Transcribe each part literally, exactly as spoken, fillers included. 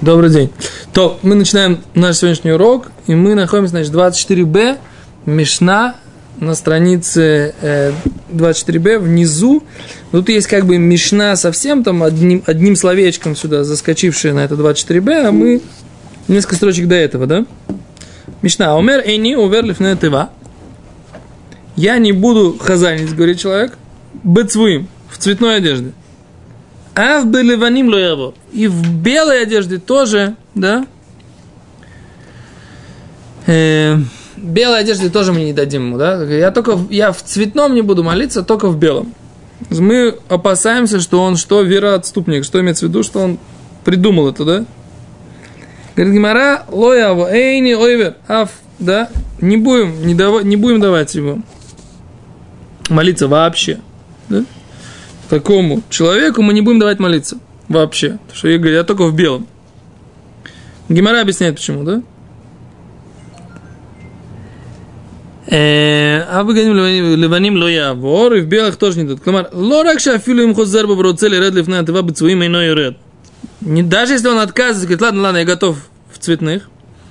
Добрый день. То, мы начинаем наш сегодняшний урок, и мы находимся, значит, двадцать четыре бэ, Мишна, на странице э, двадцать четыре бэ, внизу. Тут есть как бы Мишна совсем, там одним, одним словечком сюда заскочившая на это двадцать четыре бэ, а мы несколько строчек до этого, да? Мишна. Омер эйни увер лифне тыва. Я не буду хазанить, говорит человек, бецвуим, в цветной одежде. А в белеваним лояво. И в белой одежде тоже, да? Э, белой одежде тоже мы не дадим ему, да? Я только я в цветном не буду молиться, только в белом. Мы опасаемся, что он что, вероотступник, что имеется в виду, что он придумал это, да? Говорит Гемара, лояво, эйни ойвер, аф, да? Не будем, не, дав, не будем давать ему молиться вообще, да? Такому человеку мы не будем давать молиться вообще. Потому что я говорю, я только в белом. Гемара объясняет, почему, да? А вы говорите, леваним ло явор, и в белых тоже не дадут. Кломар, лорак шафилу им хозер баброцели ред лифна тыва бецуим иной ред. Даже если он отказывается, говорит, ладно, ладно, я готов в цветных.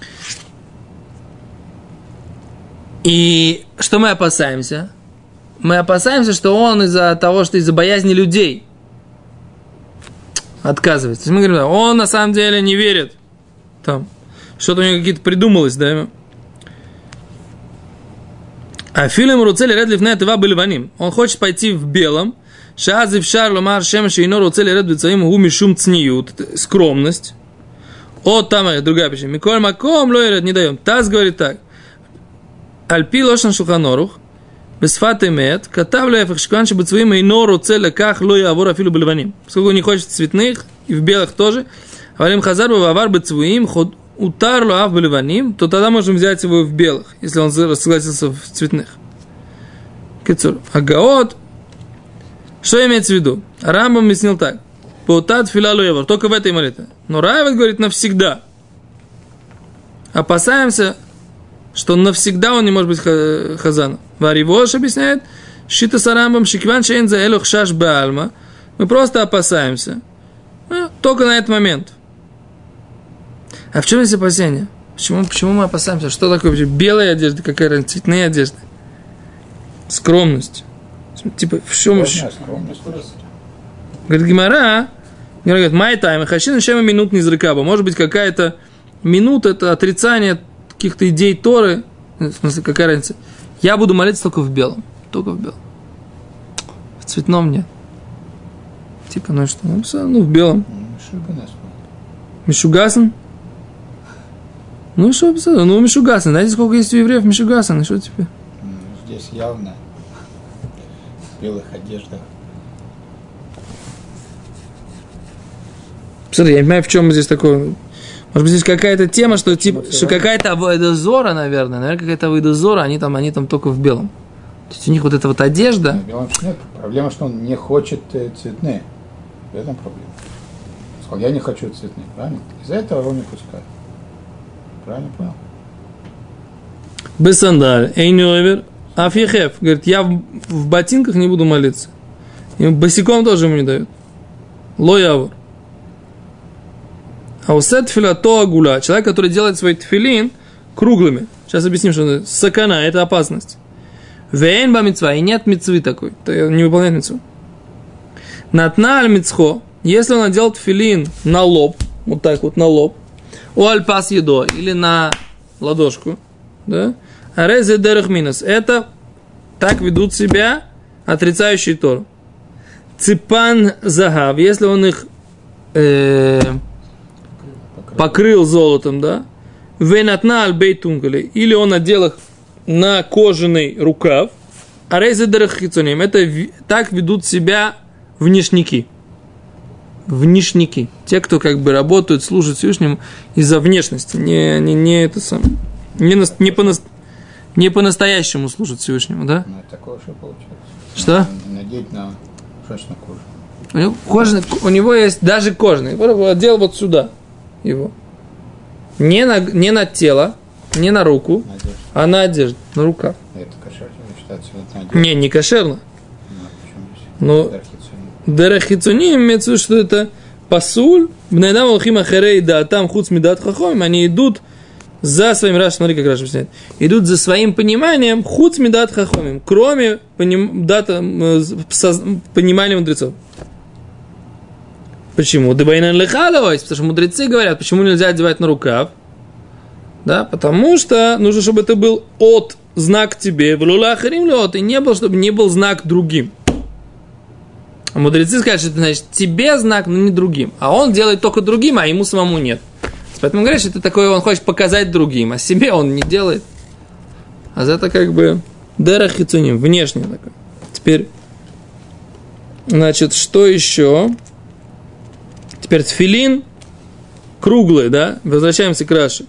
И что мы опасаемся? Мы опасаемся, что он из-за того, что из-за боязни людей отказывается. То есть мы говорим, он на самом деле не верит. Там, что-то у него какие-то придумалось, да? А фильм Руцели Ред Лифней Тыва были ваним. Он хочет пойти в белом. Шазив Шарло Мар Шемши Ино Руцели Ред Бицаим Гу Мишум Цниют. Скромность. От там другая причина. Миколь Маком Лойред не даем. Таз говорит так. Альпи Лошан Шуханорух. Бесфат эмет, катавля эфэхшкан, чтобы цвоим ино роце леках ло явор афилу бельваним. Поскольку он не хочет цветных, и в белых тоже, авалим хазар бавар бецвоим, утар ло ав бельваним, то тогда можем взять его в белых, если он согласился в цветных. Кецур. Агаот, что имеется в виду? Рамбам объяснил так. Поутат фила ло явор, только в этой молитве. Но Райват говорит навсегда. Опасаемся, что навсегда он не может быть хазаном. Варивош объясняет, шита сарамбам шикван шейн за элох шаш баальма. Мы просто опасаемся. Ну, только на этот момент. А в чем есть опасение? Почему, почему мы опасаемся? Что такое вообще белая одежда, какая разница, цветные одежды? Скромность. Типа, в чем еще? Говорит Гемара, говорит, май тайм, хашин шема минут не зрыкаба. Может быть, какая-то минута, это отрицание каких-то идей Торы. В смысле, какая разница? Я буду молиться только в белом. Только в белом. В цветном нет. Типа, ну что? Ну, в белом. Мишугасан? Ну, что написано? Ну, Мишугасан. Знаете, сколько есть у евреев Мишугасан? И что теперь? Здесь явно в белых одеждах. Посмотри, я не понимаю, в чем здесь такое... Может быть, здесь какая-то тема, что типа, что какая-то авойдозора, наверное, наверное, какая-то авойдозора, они там, они там только в белом. То есть у них вот эта вот одежда. В белом нет. Проблема, что он не хочет цветные. В этом проблема. Он сказал, я не хочу цветные, правильно? Из-за этого его не пускают. Правильно понял? Без сандаль, эйнюэвер, афихев. Говорит, я в, в ботинках не буду молиться. И босиком тоже ему не дают. Лоявор. А усет тфила то агула. Человек, который делает свой тфилин круглыми. Сейчас объясним, что это сакана, это опасность. Вейн ба мицва. И нет мицвы такой. Не выполняет мицву. Натна аль мицхо. Если он надел тфилин на лоб, вот так вот на лоб, у альпас едо, или на ладошку, да, арезе дерех минус. Это так ведут себя отрицающие Тору. Ципан загав. Если он их... Э, покрыл золотом, да, венатна аль-бейтунгали, или он надел их на кожаный рукав, а рейзедерахицуним, это так ведут себя внешники. Внешники. Те, кто как бы работают, служат Всевышнему из-за внешности, не, не, не это самое, не, на, не, по, не по-настоящему служат Всевышнему, да? Ну, это кожа получается. Что? Надеть на шашную кожу. У него, кожаный, у него есть даже кожаный, одел вот сюда его. Не на, не на тело, не на руку, Надежда. а на одежду, на рукав. Это кошерно считается на одежду? Не, не кошерно. Ну, Ну, дерахицуни имеется в виду, что это пасуль, бнайдам алхим ахерей да там хуц медат хахомим, они идут за своим, Раши, смотри, как Раши объясняет, идут за своим пониманием хуц медат хахомим, кроме поним, дата, понимания мудрецов. Почему? Дебайнан лехаловайс, потому что мудрецы говорят, почему нельзя одевать на рукав? Да, потому что нужно, чтобы это был от знак тебе, в лулахарим леот, и не был, чтобы не был знак другим. А мудрецы скажут, что это значит тебе знак, но не другим. А он делает только другим, а ему самому нет. Поэтому говорят, что это такое, он хочет показать другим, а себе он не делает. А это как бы дерах хицуним, внешне такое. Теперь, значит, что еще? Теперь тфилин круглый, да? Возвращаемся к Раши.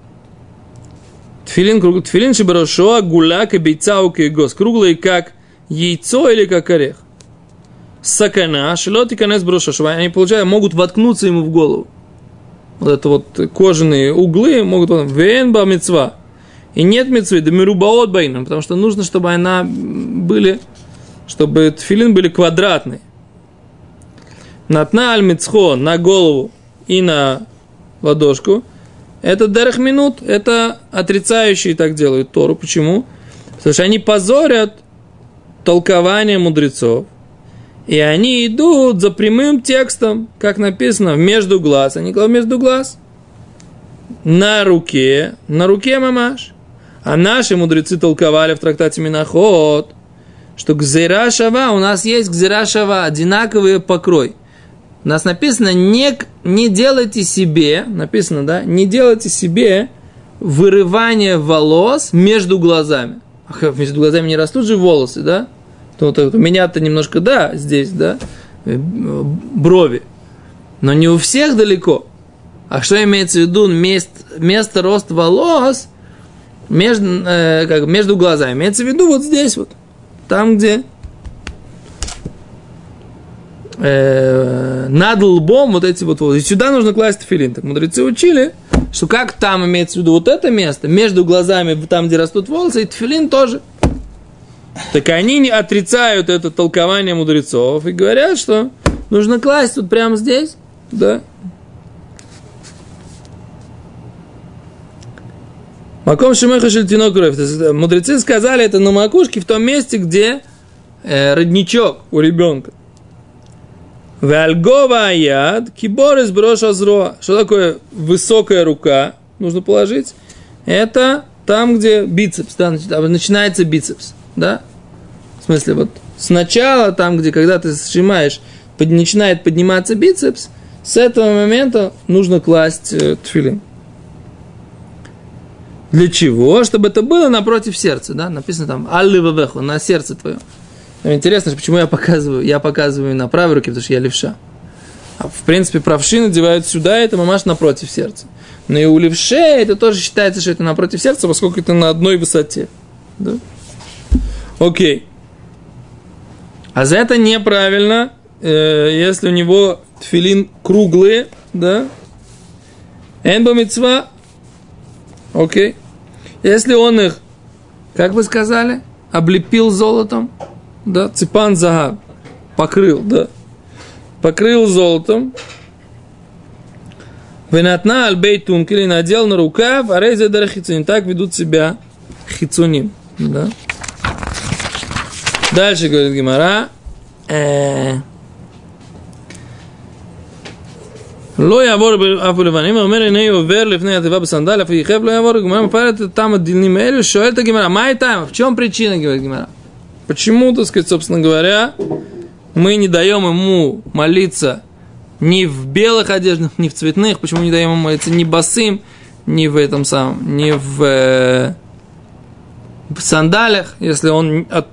Тфилин круглый. Тфилин шибарошоа гуляка бейцаука и гос. Круглый как яйцо или как орех. Сакана, шелот и конец броша. Они, получают, могут воткнуться ему в голову. Вот это вот кожаные углы могут... Венба мицва. И нет мицвы, да мирубаот байном. Потому что нужно, чтобы она были... Чтобы тфилин были квадратные. Натна аль мицхо на голову и на ладошку. Это дерех минут, это отрицающие так делают Тору. Почему? Потому что они позорят толкование мудрецов. И они идут за прямым текстом, как написано, между глаз. Они кладут между глаз. На руке, на руке мамаш. А наши мудрецы толковали в трактате Минахот, что гзера шава, у нас есть гзера шава, одинаковый покрой. У нас написано, не, не делайте себе, написано, да, не делайте себе вырывание волос между глазами. Ах, между глазами не растут же волосы, да? Вот, вот, у меня-то немножко, да, здесь, да, брови. Но не у всех далеко. А что имеется в виду место, место роста волос между, э, как, между глазами? Имеется в виду вот здесь вот, там, где... над лбом вот эти вот волосы. И сюда нужно класть тфилин. Так мудрецы учили, что как там имеется в виду вот это место, между глазами, там, где растут волосы, и тфилин тоже. Так они не отрицают это толкование мудрецов и говорят, что нужно класть вот прямо здесь, да. Маком шимеха шельтино кровь. Мудрецы сказали это на макушке, в том месте, где э, родничок у ребенка. Вальгова аяд, киборис броша зроа. Что такое высокая рука? Нужно положить. Это там, где бицепс, да, начинается бицепс, да? В смысле, вот сначала, там, где, когда ты сжимаешь, под, начинает подниматься бицепс, с этого момента нужно класть э, тфилин. Для чего? Чтобы это было напротив сердца, да? Написано там «Алли вавеху», на сердце твое. Интересно, почему я показываю? Я показываю на правой руке, потому что я левша. А в принципе, правши надевают сюда, это мамаш напротив сердца. Но и у левшей это тоже считается, что это напротив сердца, поскольку это на одной высоте. Да? Окей. А за это неправильно, э, если у него тфилин круглые, да? Энба мицва. Окей. Если он их, как вы сказали, облепил золотом, да, ципан загар, покрыл, да, покрыл золотом, венатна альбей тункели, надел на рукав, а рейзе дара хицуним, так ведут себя хицуним, да. Дальше говорит Гемара, לא יעבור אף לבנים, אומר הנה עובר לפני התיבה בסנדל, אף יחב לא יעבור, גמרא מפרט את תם הדינים האלו, שואלת הגמרא, מה הייתה? В чем причина, говорит Гемара? Почему, так сказать, собственно говоря, мы не даем ему молиться ни в белых одеждах, ни в цветных, почему не даем ему молиться ни босым, ни в этом самом, ни в, э, в сандалях, если он от...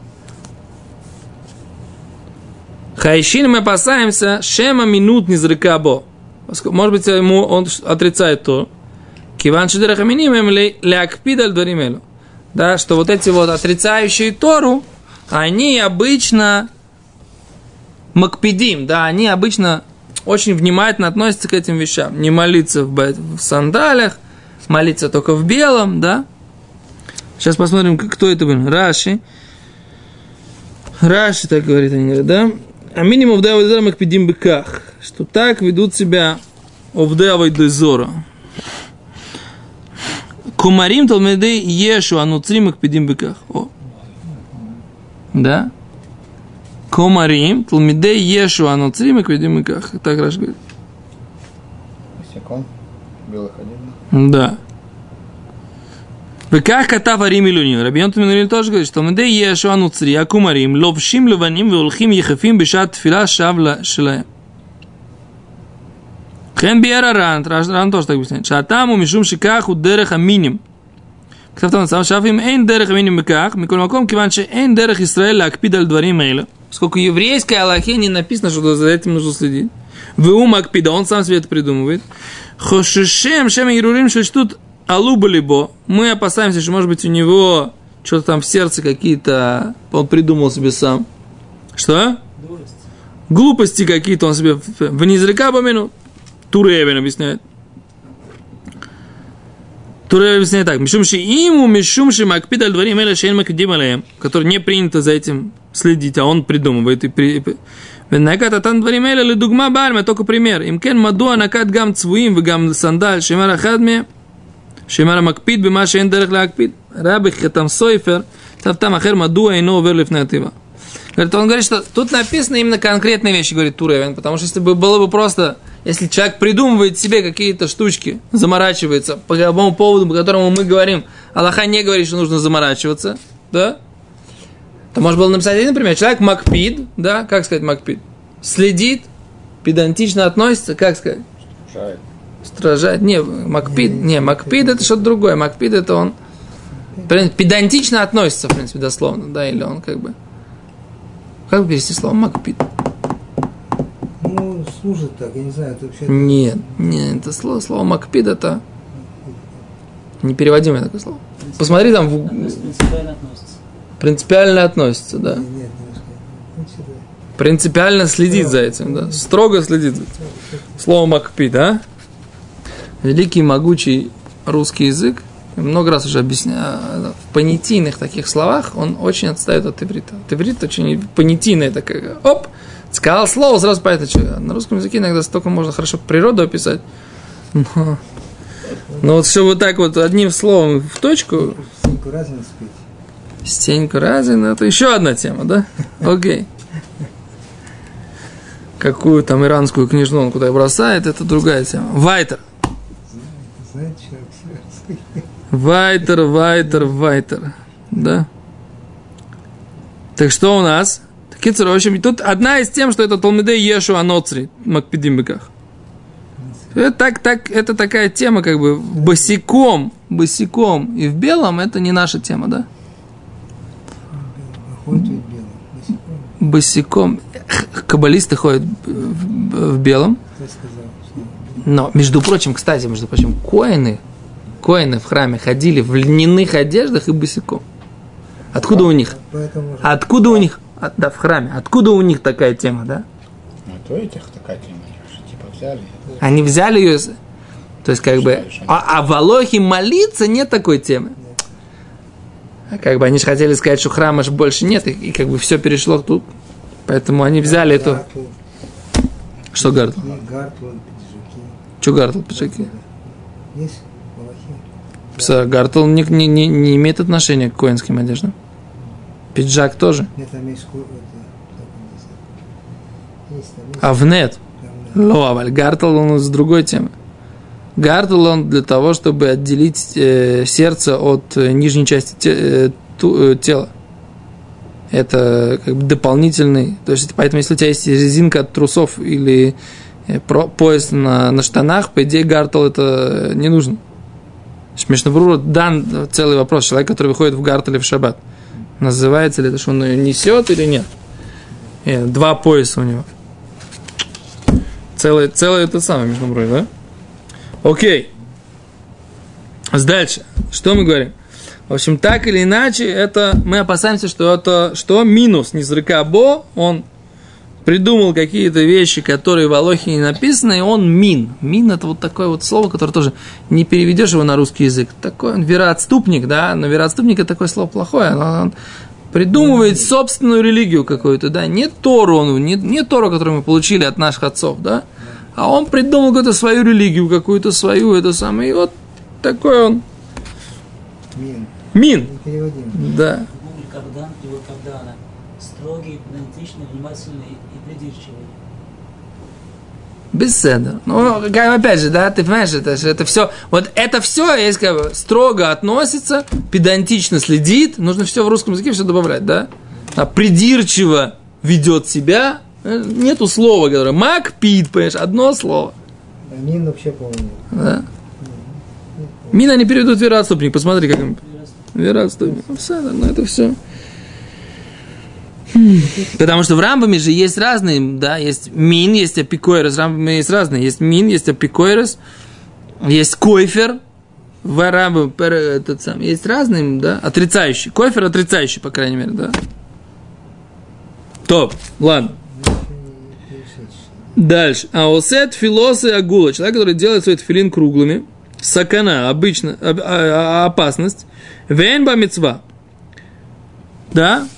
Хайшин мы опасаемся, шема минут не зрыкабо. Может быть, ему он отрицает то. Киван шидерахаминим им лякпидаль доримелю. Да, что вот эти вот отрицающие Тору, они обычно макпидим, да, они обычно очень внимательно относятся к этим вещам. Не молиться в, в сандалях, молиться только в белом, да. Сейчас посмотрим, кто это был. Раши. Раши так говорит, они говорят, да. А минимум да вот макпидим быках. что так ведут себя овдей авойдой зора. Кумарим талмидей ешу ануцрим их пидим быках. О. Да? Кумарим талмидей ешу ануцрим их пидим быках. Так Раш говорит. Босиком? Белых одеждах? Да. Быках катав арим илюним. Рабион Таминурим тоже говорит, что талмидей ешу ануцри акумарим ловшим леваним веулхим ехефим бешат тфила шавла шилаем. Хен биера ран, ран тоже так объясняет. Шатаму мишум шикаху дерех аминим. כתב там сам шафим эйн дерех аминим беках, миколь маком киван ше эйн дерех Исраэль лакпид аль дварим эйла. Поскольку в еврейской алахе не написано, что за этим нужно следить. Веу макпида, он сам себе это придумывает. Хошишем шем ирурим шельштут алубалибо. Мы опасаемся, что может быть у него что-то там в сердце какие-то, он придумал себе сам. Что? Глупости какие-то он себе в низрека помянул. Туревин объясняет. Туревин объясняет так. Мишумши иму, мишумши макпид аль дварим эля шейн макдим алеем, который не принято за этим следить, а он придумывает. И при... Венакат атан дварим эля ледугма барме, только пример. Имкен маду анакат гам цвуим, вегам сандаль, шеймара хадме, шеймара макпид, бема шейн дерех лакпид. Раби хатам сойфер, тавтам ахер маду айно овер лифнатива. Он говорит, что тут написано именно конкретные вещи, говорит Туревин, потому что если бы было бы просто, если человек придумывает себе какие-то штучки, заморачивается по любому поводу, по которому мы говорим, Аллаха не говорит, что нужно заморачиваться, да, то можно было написать, например, человек макпид, да, как сказать макпид, следит, педантично относится, как сказать? Стражает. Стражает, не, макпид, не, макпид это что-то другое, макпид это он педантично относится, в принципе, дословно, да, или он как бы. Как перевести слово макпид? Ну, служит так, я не знаю, это вообще... Нет, нет, это слово, слово макпид, это непереводимое такое слово. Посмотри там... В... Принципиально относится. Принципиально относится, да. Нет, немножко. Принципиально следит за этим, да. Строго следит за этим. Слово макпид, а? Великий, могучий русский язык. Много раз уже объясняю, в понятийных таких словах он очень отстает от иврита. От иврита очень понятийное такое. Оп, сказал слово, сразу понятно, что на русском языке иногда столько можно хорошо природу описать. Но, но вот все вот так вот одним словом в точку. Стеньку Разин спеть. Стеньку Разин, это еще одна тема, да? Окей. Какую там иранскую книжну он куда бросает, это другая тема. Вайтер. Знаете, человек Вайтер, вайтер, вайтер. Да. Так что у нас? Кицур, в общем, тут одна из тем, что это Талмидей Ешу Аноцри, Макпидим беках. Это, так, так, это такая тема, как бы, босиком, босиком и в белом, это не наша тема, да? ходит в белом. Босиком. Каббалисты ходят в, в белом. Но, между прочим, кстати, между прочим, коины, коины в храме ходили в льняных одеждах и босиком. Откуда у них? Откуда у них? Да, в храме. Откуда у них такая тема, да? Ну, то этих такая тема, что типа взяли. Они взяли ее, то есть как бы, а, а в Алохе молиться нет такой темы. Как бы они же хотели сказать, что храма же больше нет, и, и как бы все перешло тут. Поэтому они взяли эту... Что гартл? Гартл, пиджаки. Что гартл, пиджаки? Есть в Алохе. Гартл не, не, не, не имеет отношения к коинским одеждам. Пиджак тоже. Нет, там есть... А в нет? Лоаваль. Гартл он с другой темы. Гартл он для того, чтобы отделить э, сердце от э, нижней части те, э, ту, э, тела. Это как бы дополнительный. То есть, поэтому, если у тебя есть резинка от трусов или э, про, пояс на, на штанах, по идее, гартл это не нужно. Шмишнаврура дан целый вопрос. Человек, который выходит в гартеле в шаббат, называется ли это, что он ее несет или нет? Э, два пояса у него. Целый, целый это самое, Мишнаврура, да? Окей. Дальше. Что мы говорим? В общем, так или иначе, это мы опасаемся, что это что минус низрека бо, он придумал какие-то вещи, которые в Алохе не написаны, и он мин. Мин это вот такое вот слово, которое тоже не переведешь его на русский язык. Такой он вероотступник, да, но вероотступник это такое слово плохое, но он придумывает собственную религию какую-то, да, не Тору, он, не, не Тору, которую мы получили от наших отцов, да, А он придумал какую-то свою религию, какую-то свою, это самое, и вот такой он. Мин. Мин. Переводим. Да. Гугль Кабдан, его Кабдана. Строгий, педантичный, внимательный и придирчивый. Беседа. Ну, как, опять же, да, ты понимаешь, это, это все, вот это все, если как бы строго относится, педантично следит, нужно все в русском языке все добавлять, да? А придирчиво ведет себя, нету слова, которое макпид, понимаешь, одно слово. А мин вообще полный. Да. Мин они переведут вероотступник, посмотри, как им. Вероотступник. Ну, это все. Потому что в Рамбаме же есть разные, да, есть мин, есть апикойрос, в Рамбаме есть разные, есть мин, есть апикойрос, есть койфер, в Рамбаме этот сам, есть разные, да, отрицающий, койфер отрицающий, по крайней мере, да. Топ, ладно. Дальше. Аосет филосы агула, человек, который делает свой тфилин круглыми, сакана, обычно, опасность, венба мицва, да.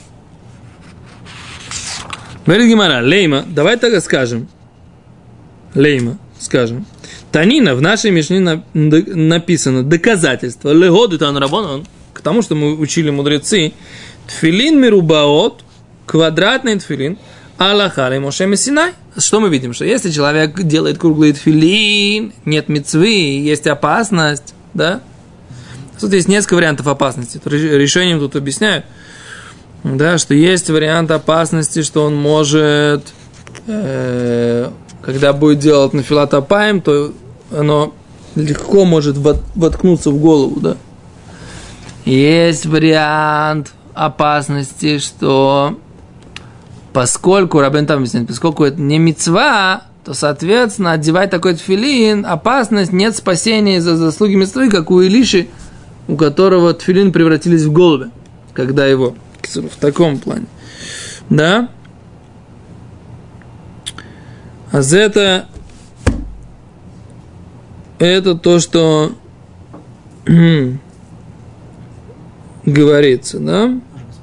Говорит Гемара, лейма, давай так скажем. Лейма, скажем. Танина, в нашей Мишне на, написано доказательство. Легоду танрабонон, к тому, что мы учили мудрецы. Тфилин мирубаот, квадратный тфилин, аллахали Моше Мессинай. Что мы видим? Что если человек делает круглый тфилин, нет мицвы, есть опасность, да? Тут есть несколько вариантов опасности. Решением тут объясняют. Да, что есть вариант опасности, что он может, э, когда будет делать нафилат апаим, то оно легко может воткнуться в голову, да. Есть вариант опасности, что поскольку, Рабен там объясняет, поскольку это не мицва, то, соответственно, одевать такой тфилин, опасность, нет спасения из-за заслуги мицвы, как у Илиши, у которого тфилин превратились в голубя, когда его... В таком плане. Да? А за это это то, что говорится, да?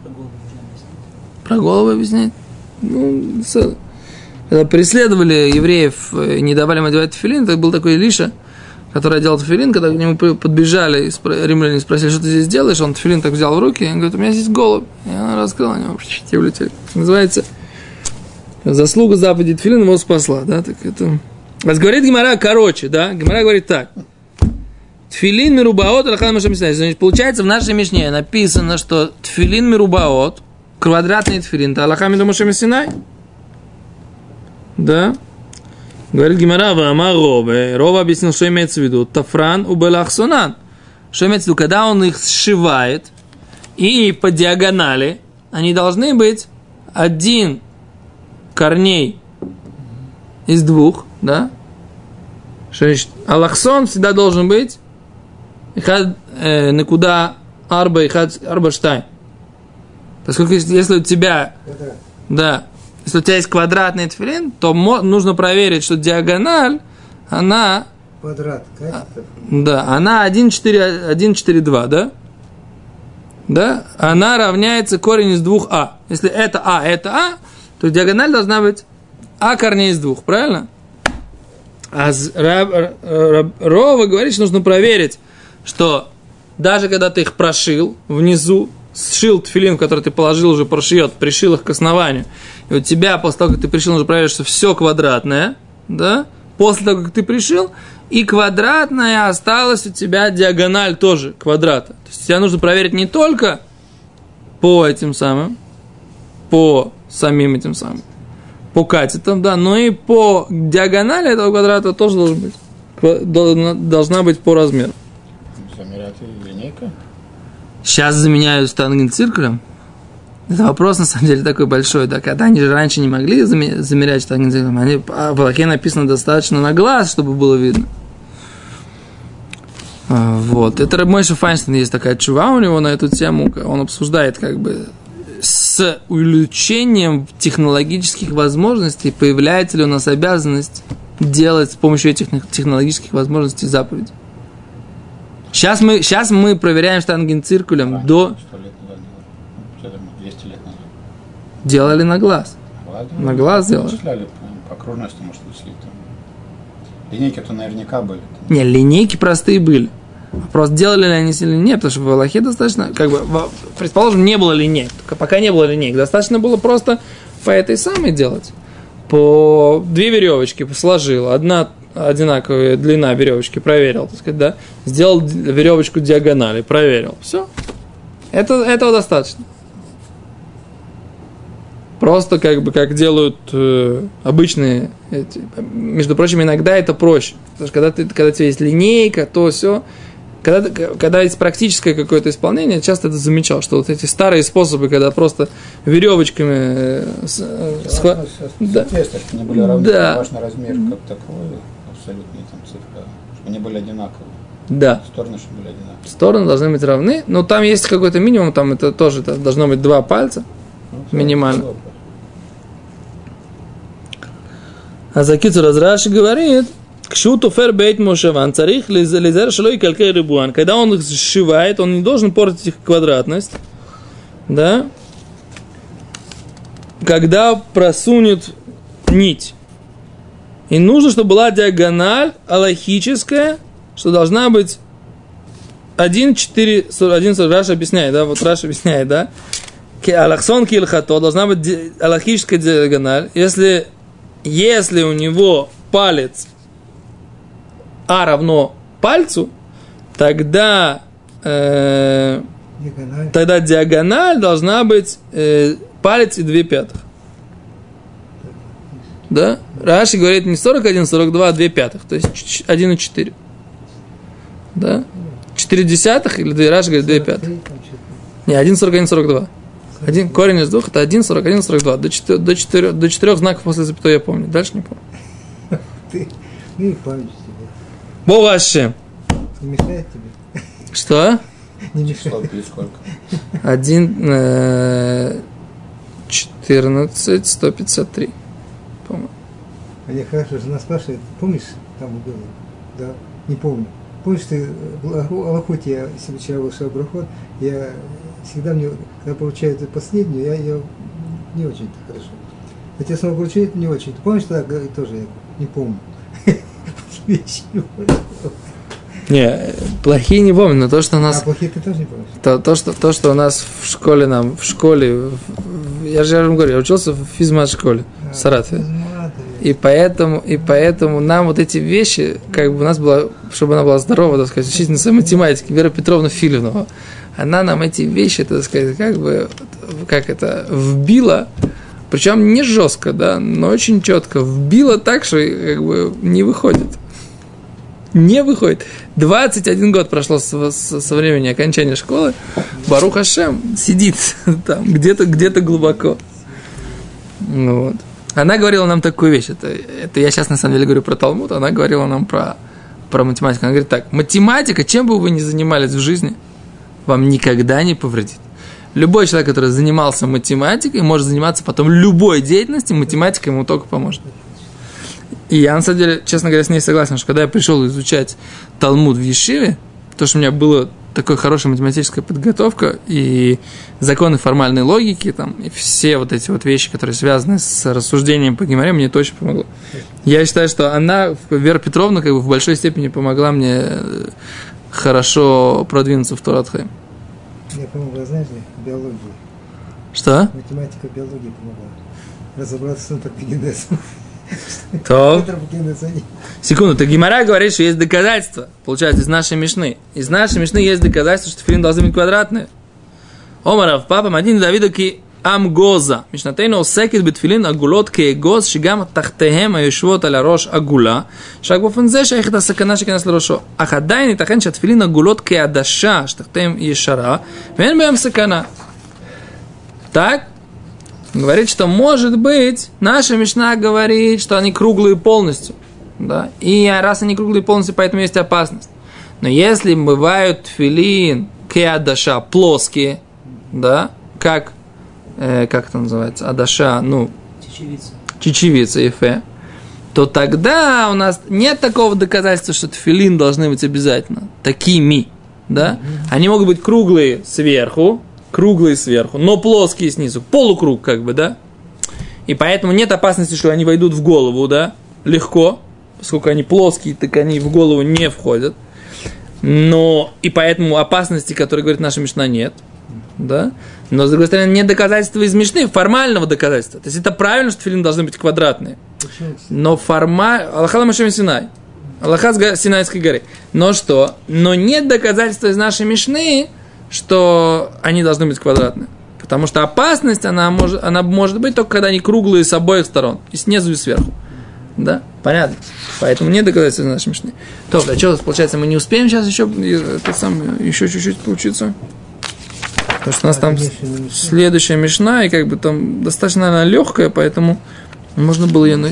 Про голову объяснять? Ну, когда преследовали евреев, не давали им одевать тфилин, так был такой Илиша, который одел тфилин, когда к нему подбежали римляне, спросили, что ты здесь делаешь, он тфилин так взял в руки, и он говорит, у меня здесь голубь. И он раскрыл, они вообще улетели. Называется заслуга заповеди тфилин его спасла, да, так это... А говорит Гемара, короче, да, Гемара говорит так. Тфилин мирубаот алахан Моше Мессинай. Значит, получается, в нашей Мишне написано, что тфилин мирубаот, квадратный тфилин, это алахан Моше Мессинай. Да. Говорит Гемара, Амар Рове, Рова объяснил, что имеется в виду тафран у белахсонан. Что имеется в виду, когда он их сшивает, и по диагонали они должны быть один корней из двух, да? Что значит, алахсон всегда должен быть ихад некуда арба ихад арба штай. Поскольку если у тебя, да, если у тебя есть квадратный тфилин, то нужно проверить, что диагональ, она... Квадрат, как это? Да, она один целых четыре два, да? Да? Она равняется корень из двух а. Если это а, это а, то диагональ должна быть а корней из двух, правильно? А Рова говорит, что нужно проверить, что даже когда ты их прошил внизу, сшил тфилин, который ты положил, уже прошьет, пришил их к основанию, и у тебя, после того, как ты пришил, нужно проверить, что все квадратное, да, после того, как ты пришил, и квадратная осталась у тебя диагональ тоже квадрата. То есть тебе нужно проверить не только по этим самым, по самим этим самым, по катетам, да, но и по диагонали этого квадрата тоже должен быть, должна быть по размеру. Замерять линейка? Сейчас заменяют штангенциркулем. Это вопрос, на самом деле, такой большой. Да, когда они же раньше не могли замерять штангенциркулем, они, в Алахе написано достаточно на глаз, чтобы было видно. Вот. Это Раб Мойше Файнштейн, есть такая чува у него на эту тему. Он обсуждает, как бы, с увеличением технологических возможностей, появляется ли у нас обязанность делать с помощью этих технологических возможностей заповеди. Сейчас мы, сейчас мы проверяем штангенциркулем а, до... сто лет назад делали. двести лет назад. Делали на глаз. Ладно, на глаз делали. Вычисляли по окружности, может, вычислить там. Линейки-то наверняка были. Не, линейки простые были. Просто делали ли они или нет, потому что в Аллахе достаточно, как бы, предположим, не было линеек. Пока не было линеек, достаточно было просто по этой самой делать. По две веревочки сложил, одна одинаковая длина веревочки, проверил, так сказать, да, сделал веревочку диагонали, проверил, все. Это, этого достаточно. Просто как бы как делают э, обычные, эти, между прочим, иногда это проще. Потому что когда, ты, когда у тебя есть линейка, то все. Когда, когда есть практическое какое-то исполнение, часто это замечал, что вот эти старые способы, когда просто веревочками э, с, э, схва... да. Соответственно, что они были равны, да. важный размер как такой, абсолютно там цифра, чтобы они были одинаковые. Да. Стороны, чтобы были одинаковые. Стороны должны быть равны, но там есть какой-то минимум, там это тоже это должно быть два пальца, ну, минимально. А за Кицур Раши говорит, кшутуфер бейт мошеван царих лизер шелой калькей рибуан. Когда он их сшивает, он не должен портить их квадратность, да? Когда просунет нить. И нужно, чтобы была диагональ алахическая, что должна быть один четыре один Раша объясняет, да? Вот Раша объясняет, да? Алахсон килхато должна быть алахическая диагональ. Если Если у него палец А равно пальцу, тогда, э, Диагональ. тогда диагональ должна быть э, палец и две пятых. Да? Раши говорит не сорок один сорок два, а две пятых, то есть один и четыре. Да? четыре десятых или две, Раши говорит две пятых. Не, один сорок один сорок два. Один, корень из двух это один сорок один сорок два. До четырех, до, четырех, до четырех знаков после запятой я помню. Дальше не помню. Ты, ну и память тебе. Бог Ашем. Не мешает тебе? Что? Не мешает. Сколько и сколько? один, четырнадцать, сто пятьдесят три. По-моему. А я хорошо, жена спрашивает, помнишь, там было? Да, не помню. Помнишь, ты в Аллахоте, я себе вчера вышел Брахот, я всегда мне, когда получаю эту последнюю, я ее не очень хорошо. Хотя снова получаю не очень. Ты помнишь, тогда тоже я не помню. Не, плохие не помню, но то, что у нас... А плохие ты тоже не помнишь? То, то, что, то, что у нас в школе нам, в школе, в, я же вам говорю, я учился в физмат-школе в Саратове. И поэтому, и поэтому нам вот эти вещи, как бы у нас была, чтобы она была здорова, так сказать, учительница математики Вера Петровна Филинова, она нам эти вещи, так сказать, как бы, как это, вбила, причем не жестко, да, но очень четко, вбила так, что как бы не выходит. Не выходит. двадцать один год прошло со, со, со времени окончания школы, Барух Ашем сидит там, где-то, где-то глубоко. Ну, вот. Она говорила нам такую вещь, это, это я сейчас на самом деле говорю про Талмуд, она говорила нам про, про математику. Она говорит так, математика, чем бы вы ни занимались в жизни, вам никогда не повредит. Любой человек, который занимался математикой, может заниматься потом любой деятельностью, математика ему только поможет. И я, на самом деле, честно говоря, с ней согласен, что когда я пришел изучать Талмуд в Ешиве, потому что у меня была такая хорошая математическая подготовка и законы формальной логики, там, и все вот эти вот вещи, которые связаны с рассуждением по Гемаре, мне это очень помогло. Я считаю, что она, Вера Петровна, как бы в большой степени помогла мне хорошо продвинуться в Торат Хаим. Я помогла, знаешь ли, биологии. Что? Математика биологии помогла. Разобраться с антропогенезом. То. Секунду, ты Гемара говорит, что есть доказательства, получается, из нашей Мишны. Из нашей Мишны есть доказательства, что тфилин должны быть квадратные. Омарав, папа, Мадин Давида ки амгоза. Мишнатейну осекет бетфилин агулот ки эгоз, шигам тахтехем аюшвот аля рош агула, шаг бофензе шайхет асакана шекенес лрошо. Ах עדיין ייתכן שהתפילין הגולות כעדשה, שתחתיהם ישרה, ואין בהם סכנה. Так? Говорит, что может быть, наша Мишна говорит, что они круглые полностью. Да? И раз они круглые полностью, поэтому есть опасность. Но если бывают тфилин, кеадаша, плоские, да, как, э, как это называется, адаша, ну, Чечевица. чечевица, ефе, то тогда у нас нет такого доказательства, что тфилин должны быть обязательно такими, да. Mm-hmm. Они могут быть круглые сверху, круглые сверху, но плоские снизу, полукруг как бы, да? И поэтому нет опасности, что они войдут в голову, да, легко, поскольку они плоские, так они в голову не входят. Но и поэтому опасности, которые говорит наша Мишна, нет. Да? Но, с другой стороны, нет доказательства из Мишны, формального доказательства. То есть это правильно, что тфилин должны быть квадратные. Но формально... Аллаха ламашем Синай. Аллаха с Синайской горы. Но что? Но нет доказательства из нашей Мишны, что они должны быть квадратные. Потому что опасность, она может, она может быть только когда они круглые с обоих сторон. И снизу, и сверху. Да? Понятно? Поэтому нет доказательств из нашей Мишны. То, а что, получается, мы не успеем сейчас еще, это самое, еще чуть-чуть поучиться? Потому что у нас там следующая Мишна, и как бы там достаточно, наверное, легкая, поэтому можно было ее...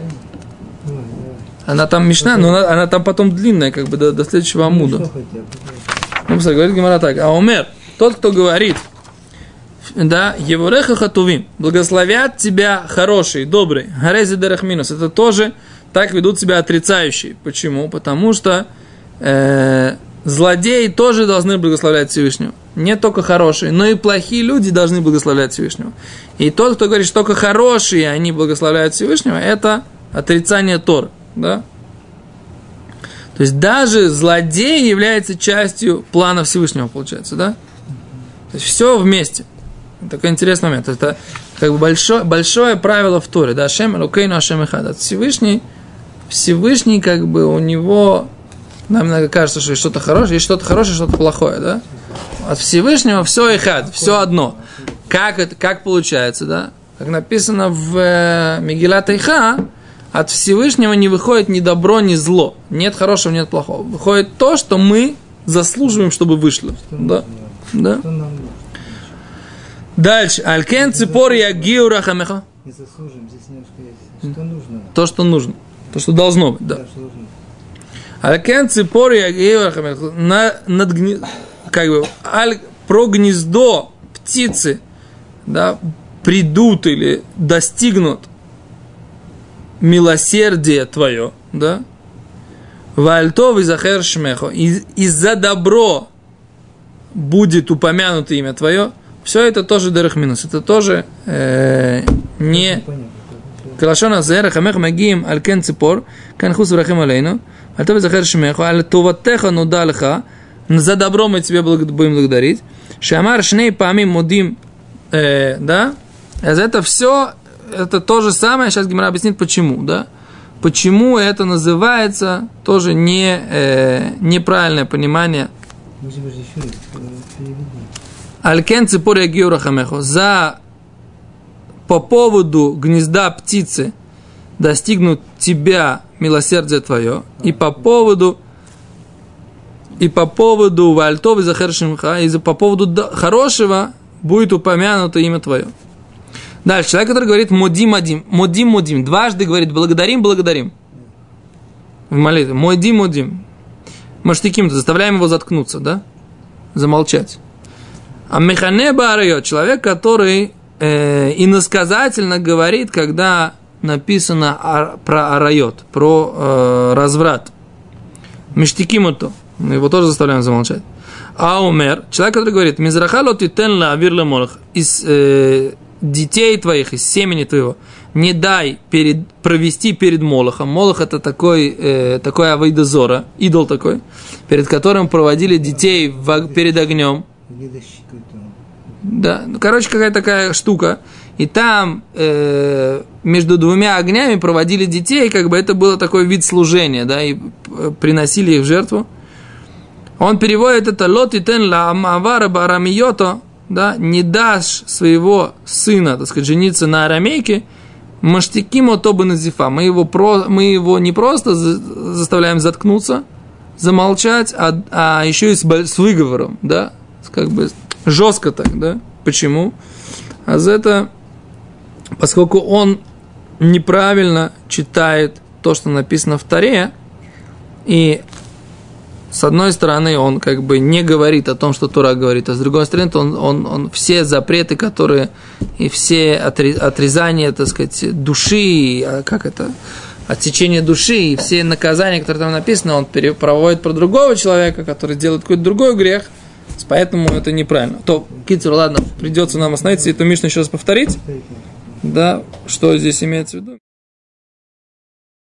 Она там Мишна, но она, она там потом длинная, как бы до, до следующего амуда. Ну, посмотри, говорит Гемара так. А Омер, тот, кто говорит, да, Евореха хатувим, благословят тебя хорошие, добрые, гарези дерах минус, это тоже так ведут себя отрицающие. Почему? Потому что э, злодеи тоже должны благословлять Всевышнего. Не только хорошие, но и плохие люди должны благословлять Всевышнего. И тот, кто говорит, что только хорошие, они благословляют Всевышнего, это отрицание Торы. Да? То есть даже злодей является частью плана Всевышнего, получается, да? То есть все вместе. Такой интересный момент. Это как бы большое, большое правило в Торе, да? Ашем элокейну ашем эхад. Всевышний, Всевышний, как бы у него, нам иногда кажется, что есть что-то хорошее, есть что-то хорошее, что-то плохое, да? От Всевышнего все эхад, все одно. Как это, как получается, да? Как написано в э, Мегилат Эйха, от Всевышнего не выходит ни добро, ни зло. Нет хорошего, нет плохого. Выходит то, что мы заслуживаем, чтобы вышло. Да? Да? Дальше. Алькен ципор ягиу рахамеха. Не заслужим, здесь немножко есть. Что нужно? То, что нужно. То, что должно быть, да. Алькен ципор ягиу рахамеха. Над гни... Как бы, аль... про гнездо птицы, да, придут или достигнут милосердие твое, да, вальтов и захер шмехо, из-за добро будет упомянуто имя твое, все это тоже дерах минус, это тоже э, не калашона зера хамех магиим алькен ципор канхус врахим алейну, вальтов и захер шмехо, аль туватеха нуда леха, за добро мы тебе будем благодарить, шамар шней памим мудим, э, да, это все. Это то же самое, сейчас Гемара объяснит, почему, да? Почему это называется тоже не, э, неправильное понимание. Алькен ципор ягиу рахамехо. За по поводу гнезда птицы достигнут тебя милосердие твое, и по поводу и по поводу вальтов и захер шимха, и по поводу хорошего будет упомянуто имя твое. Дальше, человек, который говорит модим, модим, модим, модим, дважды говорит благодарим, благодарим. В молитве. Модим, модим. Маштиким-то, заставляем его заткнуться, да? Замолчать. А механе баарайот, человек, который э, иносказательно говорит, когда написано ар, про арайот, про э, разврат. Миштиким-то, его тоже заставляем замолчать. А умер, человек, который говорит, мизрахалот титен ла авир ле молох, из э, детей твоих, из семени твоего, не дай перед, провести перед Молохом. Молох это такой, э, такой авейдозора, идол такой, перед которым проводили детей в, перед огнем. Да, ну, короче, какая-то такая штука. И там э, между двумя огнями проводили детей, как бы это было такой вид служения, да, и приносили их в жертву. Он переводит это «Лот итен ла амавара барамиото», да, не дашь своего сына, так сказать, жениться на арамейке, маштикимо тобы назифа. Мы его, про, мы его не просто заставляем заткнуться, замолчать, а, а еще и с, с выговором, да, как бы жестко так, да. Почему? А за это, поскольку он неправильно читает то, что написано в Торе, и с одной стороны, он как бы не говорит о том, что Тора говорит, а с другой стороны, он, он, он все запреты, которые и все отрезания, так сказать, души, как это, отсечение души и все наказания, которые там написаны, он проводит про другого человека, который делает какой-то другой грех, поэтому это неправильно. То, Кицур, ладно, придется нам остановиться и эту Мишну еще раз повторить, да, что здесь имеется в виду.